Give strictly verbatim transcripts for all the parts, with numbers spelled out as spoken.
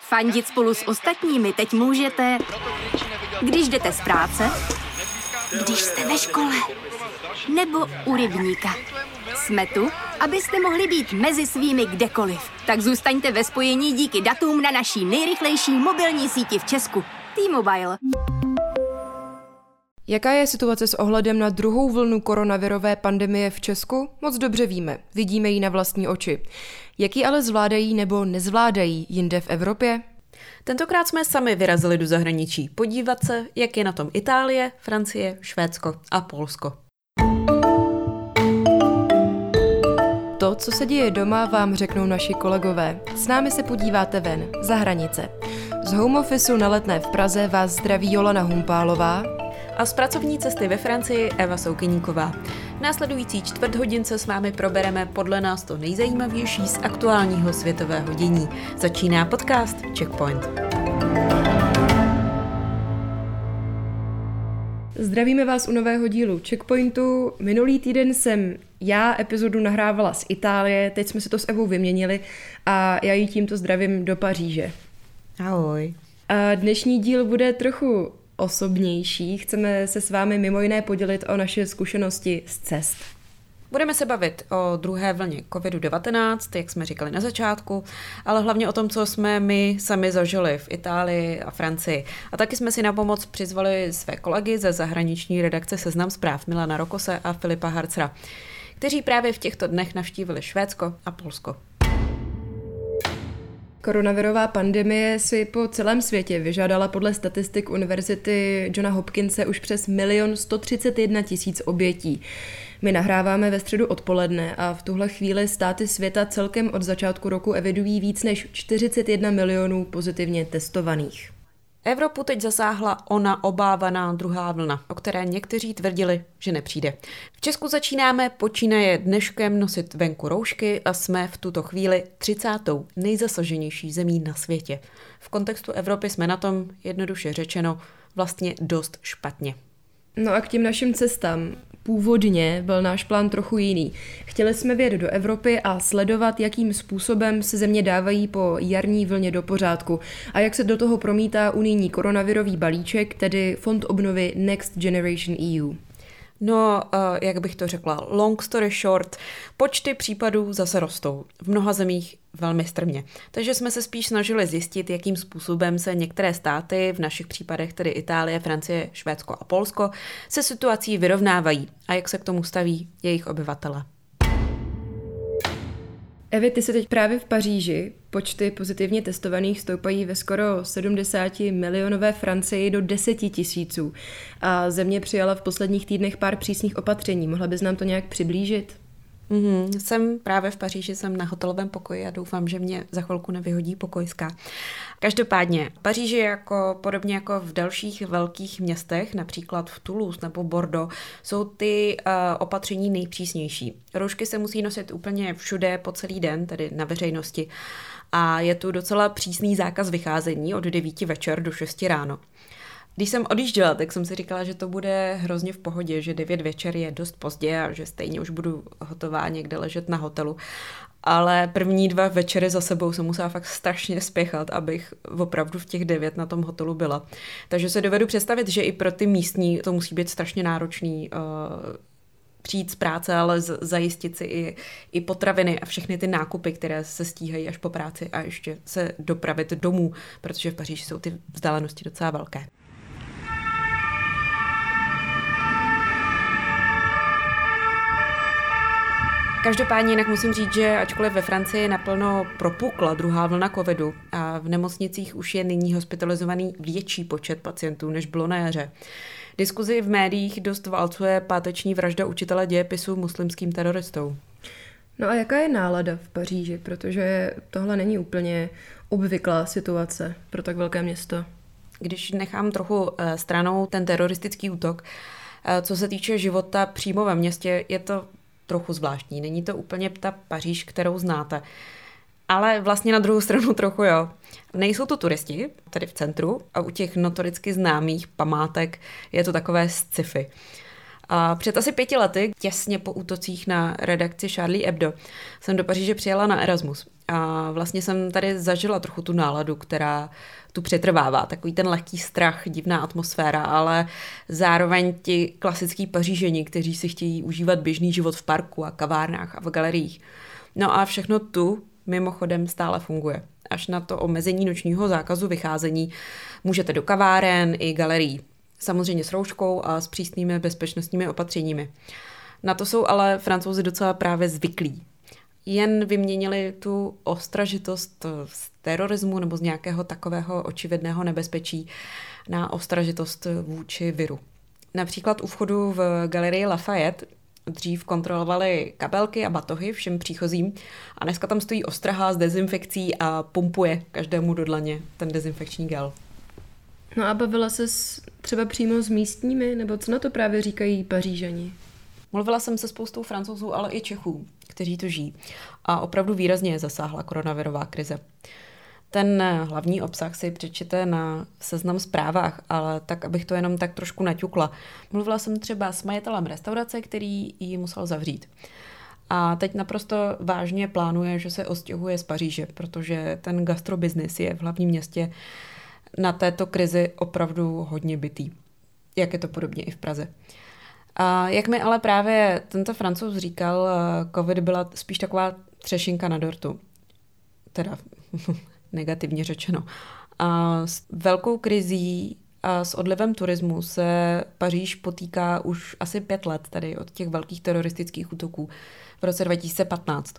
Fandit spolu s ostatními teď můžete, když jdete z práce, když jste ve škole, nebo u rybníka. Jsme tu, abyste mohli být mezi svými kdekoliv. Tak zůstaňte ve spojení díky datům na naší nejrychlejší mobilní síti v Česku. T-Mobile. Jaká je situace s ohledem na druhou vlnu koronavirové pandemie v Česku? Moc dobře víme, vidíme ji na vlastní oči. Jak ji ale zvládají nebo nezvládají jinde v Evropě? Tentokrát jsme sami vyrazili do zahraničí podívat se, jak je na tom Itálie, Francie, Švédsko a Polsko. To, co se děje doma, vám řeknou naši kolegové. S námi se podíváte ven, za hranice. Z home officeu na Letné v Praze vás zdraví Jolana Humpálová a z pracovní cesty ve Francii Eva Soukyníková. V následující čtvrt hodince s vámi probereme podle nás to nejzajímavější z aktuálního světového dění. Začíná podcast Checkpoint. Zdravíme vás u nového dílu Checkpointu. Minulý týden jsem já epizodu nahrávala z Itálie, teď jsme se to s Evou vyměnili a já ji tímto zdravím do Paříže. Ahoj. A dnešní díl bude trochu osobnější. Chceme se s vámi mimo jiné podělit o naše zkušenosti z cest. Budeme se bavit o druhé vlně covid devatenáct, jak jsme říkali na začátku, ale hlavně o tom, co jsme my sami zažili v Itálii a Francii. A taky jsme si na pomoc přizvali své kolegy ze zahraniční redakce Seznam zpráv Milana Rokose a Filipa Harcera, kteří právě v těchto dnech navštívili Švédsko a Polsko. Koronavirová pandemie si po celém světě vyžádala podle statistik Univerzity Johna Hopkinse už přes milion sto třicet jedna tisíc obětí. My nahráváme ve středu odpoledne a v tuhle chvíli státy světa celkem od začátku roku evidují víc než čtyřicet jedna milionů pozitivně testovaných. Evropu teď zasáhla ona obávaná druhá vlna, o které někteří tvrdili, že nepřijde. V Česku začínáme počínaje dneškem nosit venku roušky a jsme v tuto chvíli třicátou nejzasaženější zemí na světě. V kontextu Evropy jsme na tom, jednoduše řečeno, vlastně dost špatně. No a k těm našim cestám. Původně byl náš plán trochu jiný. Chtěli jsme vyjet do Evropy a sledovat, jakým způsobem se země dávají po jarní vlně do pořádku a jak se do toho promítá unijní koronavirový balíček, tedy Fond obnovy Next Generation E U. No, jak bych to řekla, long story short, počty případů zase rostou. V mnoha zemích velmi strmě. Takže jsme se spíš snažili zjistit, jakým způsobem se některé státy, v našich případech tedy Itálie, Francie, Švédsko a Polsko, se situací vyrovnávají a jak se k tomu staví jejich obyvatele. Evi, ty jsi teď právě v Paříži. Počty pozitivně testovaných stoupají ve skoro sedmdesáti milionové Francii do deseti tisíců. A země přijala v posledních týdnech pár přísných opatření. Mohla bys nám to nějak přiblížit? Mm-hmm. Jsem právě v Paříži, jsem na hotelovém pokoji a doufám, že mě za chvilku nevyhodí pokojská. Každopádně, Paříži jako podobně jako v dalších velkých městech, například v Toulouse nebo Bordeaux, jsou ty uh, opatření nejpřísnější. Roušky se musí nosit úplně všude po celý den, tedy na veřejnosti. A je tu docela přísný zákaz vycházení od devíti večer do šesti ráno. Když jsem odjížděla, tak jsem si říkala, že to bude hrozně v pohodě, že devět večer je dost pozdě a že stejně už budu hotová někde ležet na hotelu. Ale první dva večery za sebou jsem musela fakt strašně spěchat, abych opravdu v těch devět na tom hotelu byla. Takže se dovedu představit, že i pro ty místní to musí být strašně náročný uh, přijít z práce, ale z- zajistit si i, i potraviny a všechny ty nákupy, které se stíhají až po práci a ještě se dopravit domů, protože v Paříži jsou ty vzdálenosti docela velké. Každopádně jinak musím říct, že ačkoliv ve Francii naplno propukla druhá vlna covidu a v nemocnicích už je nyní hospitalizovaný větší počet pacientů, než bylo na jaře. Diskuzi v médiích dost válcuje páteční vražda učitele dějepisu muslimským teroristou. No a jaká je nálada v Paříži, protože tohle není úplně obvyklá situace pro tak velké město? Když nechám trochu stranou ten teroristický útok, co se týče života přímo ve městě, je to trochu zvláštní. Není to úplně ta Paříž, kterou znáte. Ale vlastně na druhou stranu trochu jo. Nejsou to turisti, tady v centru, a u těch notoricky známých památek je to takové sci-fi. A před asi pěti lety, těsně po útocích na redakci Charlie Hebdo, jsem do Paříže přijela na Erasmus. A vlastně jsem tady zažila trochu tu náladu, která tu přetrvává. Takový ten lehký strach, divná atmosféra, ale zároveň ti klasický Paříženi, kteří si chtějí užívat běžný život v parku a kavárnách a v galeriích. No a všechno tu mimochodem stále funguje. Až na to omezení nočního zákazu vycházení můžete do kaváren i galerií. Samozřejmě s rouškou a s přísnými bezpečnostními opatřeními. Na to jsou ale Francouzi docela právě zvyklí. Jen vyměnili tu ostražitost z terorismu nebo z nějakého takového očividného nebezpečí na ostražitost vůči viru. Například u vchodu v galerii Lafayette dřív kontrolovali kabelky a batohy všem příchozím a dneska tam stojí ostraha s dezinfekcí a pumpuje každému do dlaně ten dezinfekční gel. No a bavila ses třeba přímo s místními, nebo co na to právě říkají Pařížani? Mluvila jsem se spoustou Francouzů, ale i Čechů, kteří tu žijí. A opravdu výrazně je zasáhla koronavirová krize. Ten hlavní obsah si přečtěte na Seznam Zprávách, ale tak, abych to jenom tak trošku naťukla. Mluvila jsem třeba s majitelem restaurace, který ji musel zavřít. A teď naprosto vážně plánuje, že se odstěhuje z Paříže, protože ten gastrobiznis je v hlavním městě na této krizi opravdu hodně bitý. Jak je to podobně i v Praze. A jak mi ale právě tento Francouz říkal, covid byla spíš taková třešinka na dortu. Teda negativně řečeno. A s velkou krizí a s odlivem turismu se Paříž potýká už asi pět let tady od těch velkých teroristických útoků v roce dva tisíce patnáct.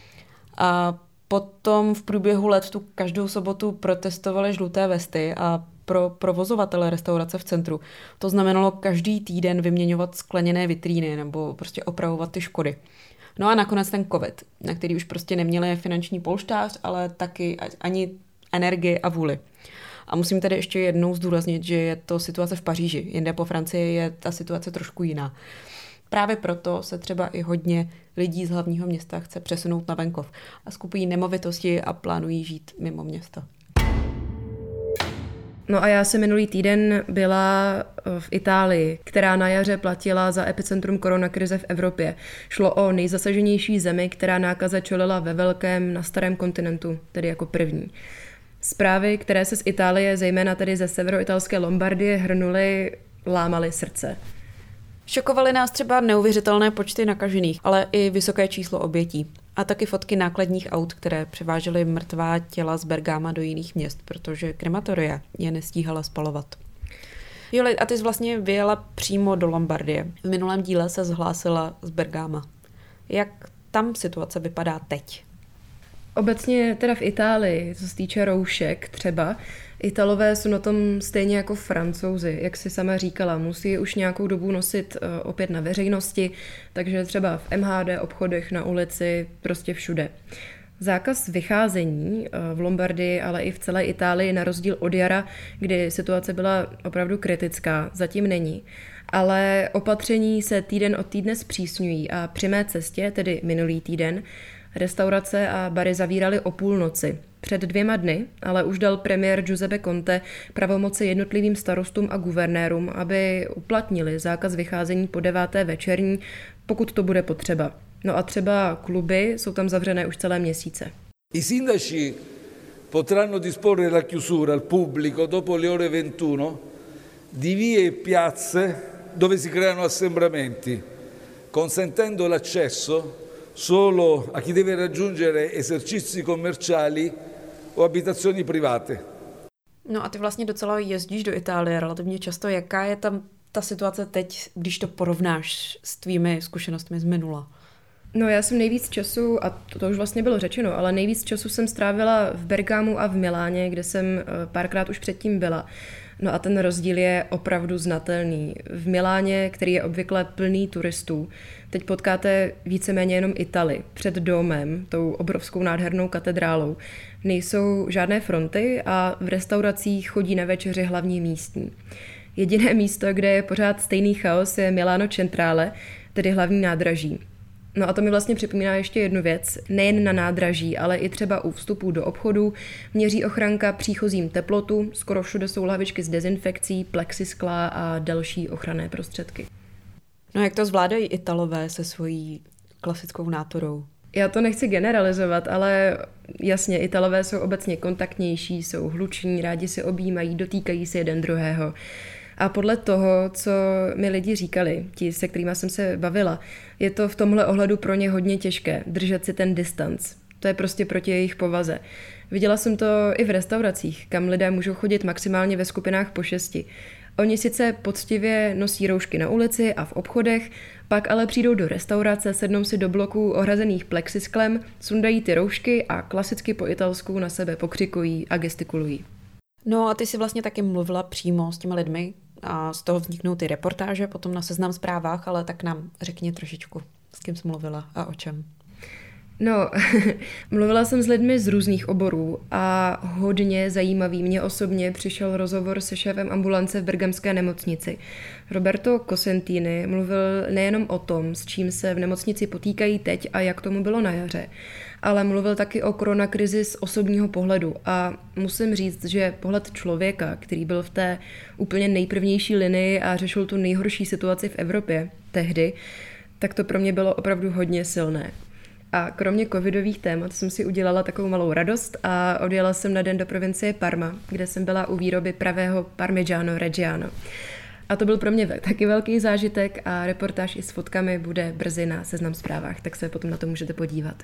A potom v průběhu let tu každou sobotu protestovali žluté vesty a pro provozovatele restaurace v centru to znamenalo každý týden vyměňovat skleněné vitríny nebo prostě opravovat ty škody. No a nakonec ten covid, na který už prostě neměli finanční polštář, ale taky ani energii a vůli. A musím tady ještě jednou zdůraznit, že je to situace v Paříži. Jinde po Francii je ta situace trošku jiná. Právě proto se třeba i hodně lidí z hlavního města chce přesunout na venkov a skupují nemovitosti a plánují žít mimo město. No a já jsem minulý týden byla v Itálii, která na jaře platila za epicentrum koronakrize v Evropě. Šlo o nejzasaženější zemi, která nákaze čelila ve velkém na starém kontinentu, tedy jako první. Zprávy, které se z Itálie, zejména tedy ze severoitalské Lombardie, hrnuly, lámaly srdce. Šokovaly nás třeba neuvěřitelné počty nakažených, ale i vysoké číslo obětí. A taky fotky nákladních aut, které převážely mrtvá těla z Bergama do jiných měst, protože krematoria je nestíhala spalovat. Joli, a ty jsi vlastně vyjela přímo do Lombardie. V minulém díle se zhlásila z Bergama. Jak tam situace vypadá teď? Obecně teda v Itálii, co se týče roušek třeba, Italové jsou na tom stejně jako Francouzi, jak si sama říkala, musí je už nějakou dobu nosit uh, opět na veřejnosti, takže třeba v M H D, obchodech, na ulici, prostě všude. Zákaz vycházení uh, v Lombardii, ale i v celé Itálii na rozdíl od jara, kdy situace byla opravdu kritická, zatím není. Ale opatření se týden od týdne zpřísňují a při mé cestě, tedy minulý týden, restaurace a bary zavíraly o půlnoci. Před dvěma dny ale už dal premiér Giuseppe Conte pravomoci jednotlivým starostům a guvernérům, aby uplatnili zákaz vycházení po deváté večerní, pokud to bude potřeba. No a třeba kluby jsou tam zavřené už celé měsíce. I sindaci potranno disporre la chiusura al pubblico dopo le ore ventuno di vie e piazze dove si creano assembramenti, consentendo l'accesso solo a chi deve raggiungere esercizi commerciali o abitazioni private. No a ty vlastně docela jezdíš do Itálie relativně často. Jaká je tam ta situace teď, když to porovnáš s tvými zkušenostmi z minula? No já jsem nejvíc času, a to, to už vlastně bylo řečeno, ale nejvíc času jsem strávila v Bergamu a v Miláně, kde jsem párkrát už předtím byla. No a ten rozdíl je opravdu znatelný. V Miláně, který je obvykle plný turistů, teď potkáte víceméně jenom Italy. Před domem, tou obrovskou nádhernou katedrálou, nejsou žádné fronty a v restauracích chodí na večeři hlavní místní. Jediné místo, kde je pořád stejný chaos, je Milano Centrale, tedy hlavní nádraží. No a to mi vlastně připomíná ještě jednu věc. Nejen na nádraží, ale i třeba u vstupů do obchodu měří ochranka příchozím teplotu, skoro všude jsou lahvičky s dezinfekcí, plexiskla a další ochranné prostředky. No jak to zvládají Italové se svojí klasickou náturou? Já to nechci generalizovat, ale jasně, Italové jsou obecně kontaktnější, jsou hluční, rádi se objímají, dotýkají se jeden druhého. A podle toho, co mi lidi říkali, ti, se kterými jsem se bavila, je to v tomhle ohledu pro ně hodně těžké, držet si ten distanc. To je prostě proti jejich povaze. Viděla jsem to i v restauracích, kam lidé můžou chodit maximálně ve skupinách po šesti. Oni sice poctivě nosí roušky na ulici a v obchodech, pak ale přijdou do restaurace, sednou si do bloků ohrazených plexisklem, sundají ty roušky a klasicky po italsku na sebe pokřikují a gestikulují. No a ty si vlastně taky mluvila přímo s těmi lidmi a z toho vzniknou ty reportáže potom na Seznam Zprávách, ale tak nám řekni trošičku, s kým jsi mluvila a o čem. No, mluvila jsem s lidmi z různých oborů a hodně zajímavý mě osobně přišel rozhovor se šéfem ambulance v bergamské nemocnici. Roberto Cosentini mluvil nejenom o tom, s čím se v nemocnici potýkají teď a jak tomu bylo na jaře, ale mluvil taky o koronakrizi z osobního pohledu a musím říct, že pohled člověka, který byl v té úplně nejprvnější linii a řešil tu nejhorší situaci v Evropě tehdy, tak to pro mě bylo opravdu hodně silné. A kromě covidových témat jsem si udělala takovou malou radost a odjela jsem na den do provincie Parma, kde jsem byla u výroby pravého Parmigiano Reggiano. A to byl pro mě taky velký zážitek a reportáž i s fotkami bude brzy na Seznam Zprávách, tak se potom na to můžete podívat.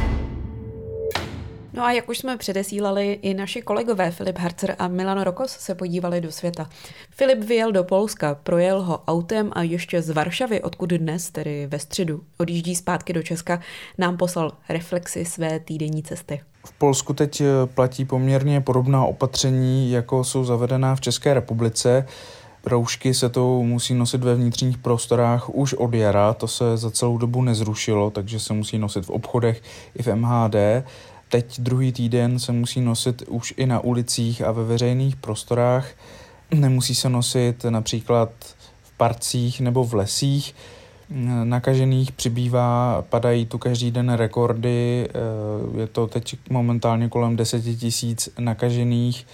No a jak už jsme předesílali, i naši kolegové Filip Harzer a Milan Rokos se podívali do světa. Filip vyjel do Polska, projel ho autem a ještě z Varšavy, odkud dnes, tedy ve středu, odjíždí zpátky do Česka, nám poslal reflexi své týdenní cesty. V Polsku teď platí poměrně podobná opatření, jako jsou zavedená v České republice. Roušky se to musí nosit ve vnitřních prostorách už od jara, to se za celou dobu nezrušilo, takže se musí nosit v obchodech i v M H D. Teď druhý týden se musí nosit už i na ulicích a ve veřejných prostorách. Nemusí se nosit například v parcích nebo v lesích. Nakažených přibývá, padají tu každý den rekordy. Je to teď momentálně kolem deset tisíc nakažených,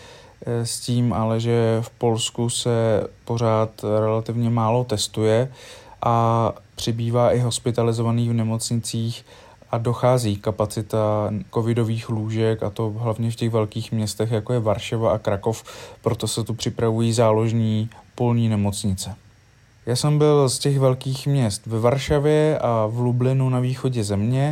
s tím ale, že v Polsku se pořád relativně málo testuje a přibývá i hospitalizovaných v nemocnicích a dochází kapacita covidových lůžek, a to hlavně v těch velkých městech, jako je Varšava a Krakov, proto se tu připravují záložní polní nemocnice. Já jsem byl z těch velkých měst ve Varšavě a v Lublinu na východě země.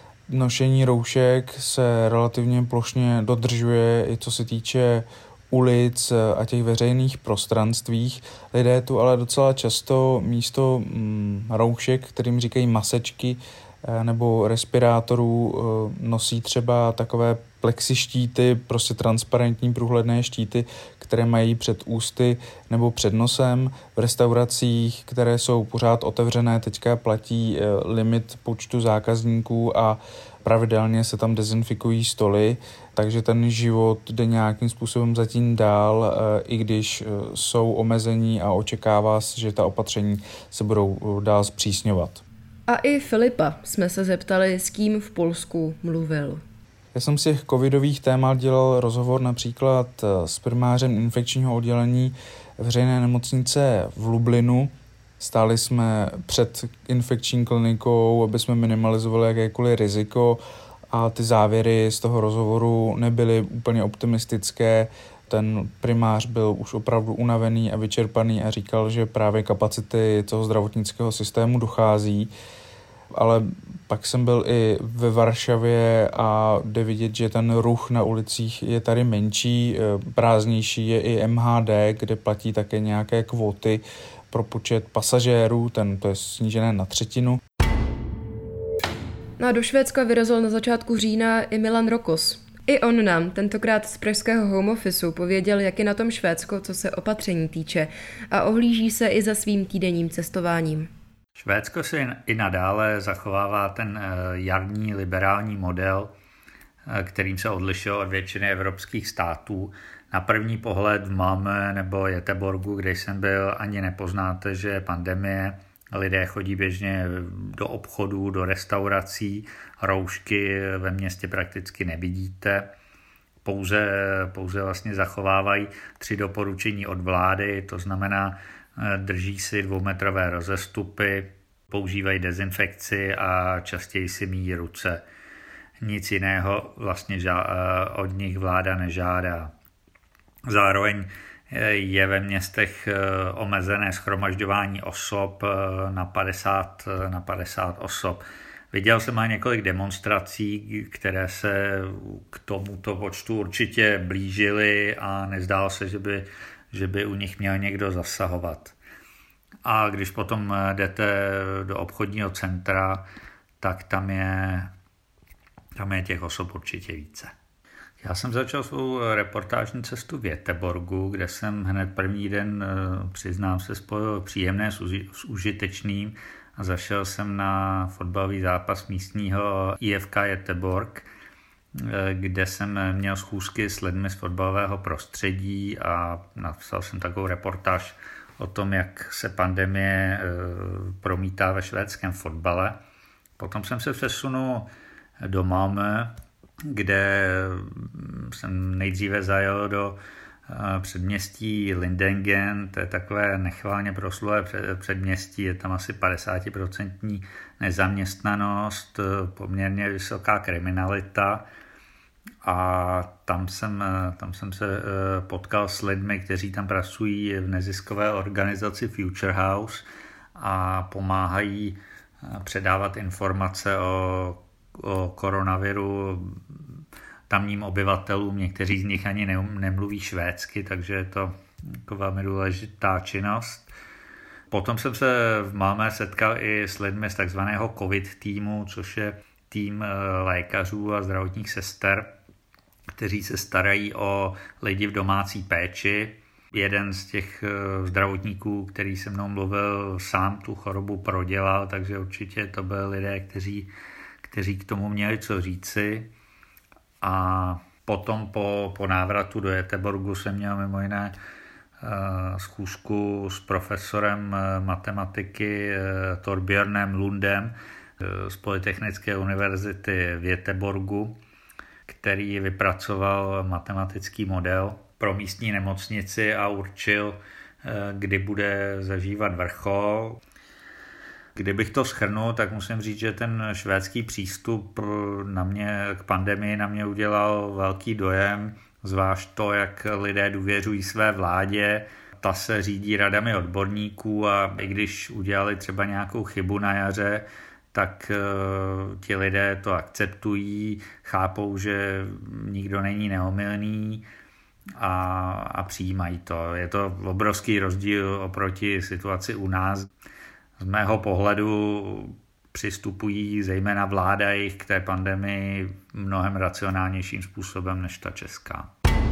Nošení roušek se relativně plošně dodržuje, i co se týče ulic a těch veřejných prostranstvích. Lidé tu ale docela často místo mm, roušek, kterým říkají masečky, nebo respirátorů, nosí třeba takové plexištíty, prostě transparentní průhledné štíty, které mají před ústy nebo před nosem. V restauracích, které jsou pořád otevřené, teďka platí limit počtu zákazníků a pravidelně se tam dezinfikují stoly, takže ten život jde nějakým způsobem zatím dál, i když jsou omezení a očekává se, že ta opatření se budou dál zpřísňovat. A i Filipa jsme se zeptali, s kým v Polsku mluvil. Já jsem z těch covidových témat dělal rozhovor například s primářem infekčního oddělení veřejné nemocnice v Lublinu. Stáli jsme před infekční klinikou, aby jsme minimalizovali jakékoliv riziko, a ty závěry z toho rozhovoru nebyly úplně optimistické. Ten primář byl už opravdu unavený a vyčerpaný a říkal, že právě kapacity toho zdravotnického systému dochází. Ale pak jsem byl i ve Varšavě a jde vidět, že ten ruch na ulicích je tady menší, prázdnější je i M H D, kde platí také nějaké kvóty pro počet pasažérů, ten to je snížené na třetinu. No a do Švédska vyrazil na začátku října i Milan Rokos. I on nám tentokrát z pražského home officeu pověděl, jak je na tom Švédsko, co se opatření týče, a ohlíží se i za svým týdenním cestováním. Švédsko si i nadále zachovává ten jarní liberální model, kterým se odlišil od většiny evropských států. Na první pohled v Malmö nebo Göteborgu, kde jsem byl, ani nepoznáte, že je pandemie. Lidé chodí běžně do obchodů, do restaurací, roušky ve městě prakticky nevidíte. pouze, pouze vlastně zachovávají tři doporučení od vlády, to znamená drží si dvoumetrové rozestupy, používají dezinfekci a častěji si myjí ruce. Nic jiného vlastně od nich vláda nežádá. Zároveň je ve městech omezené shromažďování osob na padesát, na padesát osob. Viděl jsem aj několik demonstrací, které se k tomuto počtu určitě blížily a nezdálo se, že by, že by u nich měl někdo zasahovat. A když potom jdete do obchodního centra, tak tam je, tam je těch osob určitě více. Já jsem začal svou reportážní cestu v Göteborgu, kde jsem hned první den, přiznám se, spojil příjemné s užitečným a zašel jsem na fotbalový zápas místního I F K Göteborg, kde jsem měl schůzky s lidmi z fotbalového prostředí a napsal jsem takovou reportáž o tom, jak se pandemie promítá ve švédském fotbale. Potom jsem se přesunul do Malmö, kde jsem nejdříve zajel do předměstí Lindängen, to je takové nechválně proslulé předměstí, je tam asi padesát procent nezaměstnanost, poměrně vysoká kriminalita a tam jsem, tam jsem se potkal s lidmi, kteří tam pracují v neziskové organizaci Future House a pomáhají předávat informace o, o koronaviru tamním obyvatelům. Někteří z nich ani nemluví švédsky, takže je to jako velmi důležitá činnost. Potom jsem se v Malmö setkal i s lidmi z takzvaného COVID týmu, což je tým lékařů a zdravotních sester, kteří se starají o lidi v domácí péči. Jeden z těch zdravotníků, který se mnou mluvil, sám tu chorobu prodělal, takže určitě to byli lidé, kteří, kteří k tomu měli co říci. A potom po, po návratu do Göteborgu jsem měl mimo jiné schůzku s profesorem matematiky Torbjörnem Lundem z Polytechnické univerzity v Göteborgu, který vypracoval matematický model pro místní nemocnici a určil, kdy bude zažívat vrchol. Kdybych to shrnul, tak musím říct, že ten švédský přístup na mě, k pandemii na mě udělal velký dojem, zvlášť to, jak lidé důvěřují své vládě. Ta se řídí radami odborníků a i když udělali třeba nějakou chybu na jaře, tak uh, ti lidé to akceptují, chápou, že nikdo není neomylný a, a přijímají to. Je to obrovský rozdíl oproti situaci u nás. Z mého pohledu přistupují zejména vláda jich k té pandemii mnohem racionálnějším způsobem než ta česká.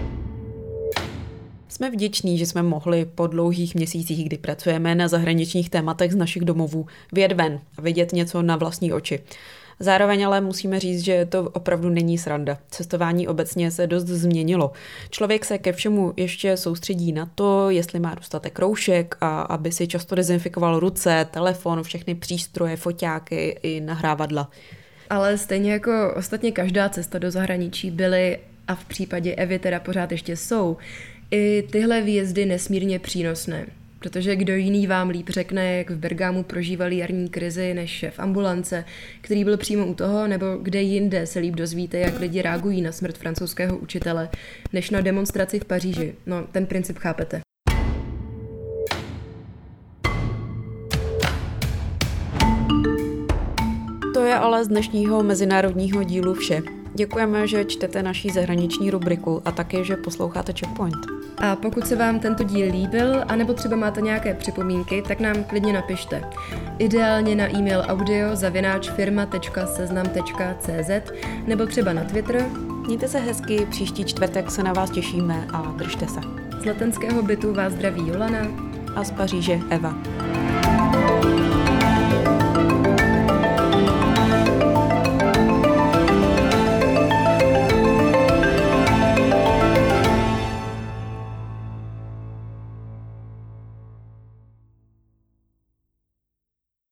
Jsme vděční, že jsme mohli po dlouhých měsících, kdy pracujeme na zahraničních tématech z našich domovů, vyjet ven a vidět něco na vlastní oči. Zároveň ale musíme říct, že to opravdu není sranda. Cestování obecně se dost změnilo. Člověk se ke všemu ještě soustředí na to, jestli má dostatek roušek a aby si často dezinfikoval ruce, telefon, všechny přístroje, foťáky i nahrávadla. Ale stejně jako ostatně každá cesta do zahraničí byly, a v případě Evy teda pořád ještě jsou, i tyhle výjezdy nesmírně přínosné. Protože kdo jiný vám líp řekne, jak v Bergamu prožívali jarní krizi než šéf ambulance, který byl přímo u toho, nebo kde jinde se líp dozvíte, jak lidi reagují na smrt francouzského učitele, než na demonstraci v Paříži. No, ten princip chápete. To je ale z dnešního mezinárodního dílu vše. Děkujeme, že čtete naší zahraniční rubriku a taky, že posloucháte Checkpoint. A pokud se vám tento díl líbil, anebo třeba máte nějaké připomínky, tak nám klidně napište. Ideálně na e-mail audio zavináč firma tečka seznam tečka cé zet nebo třeba na Twitter. Mějte se hezky, příští čtvrtek se na vás těšíme a držte se. Z letenského bytu vás zdraví Jolana a z Paříže Eva.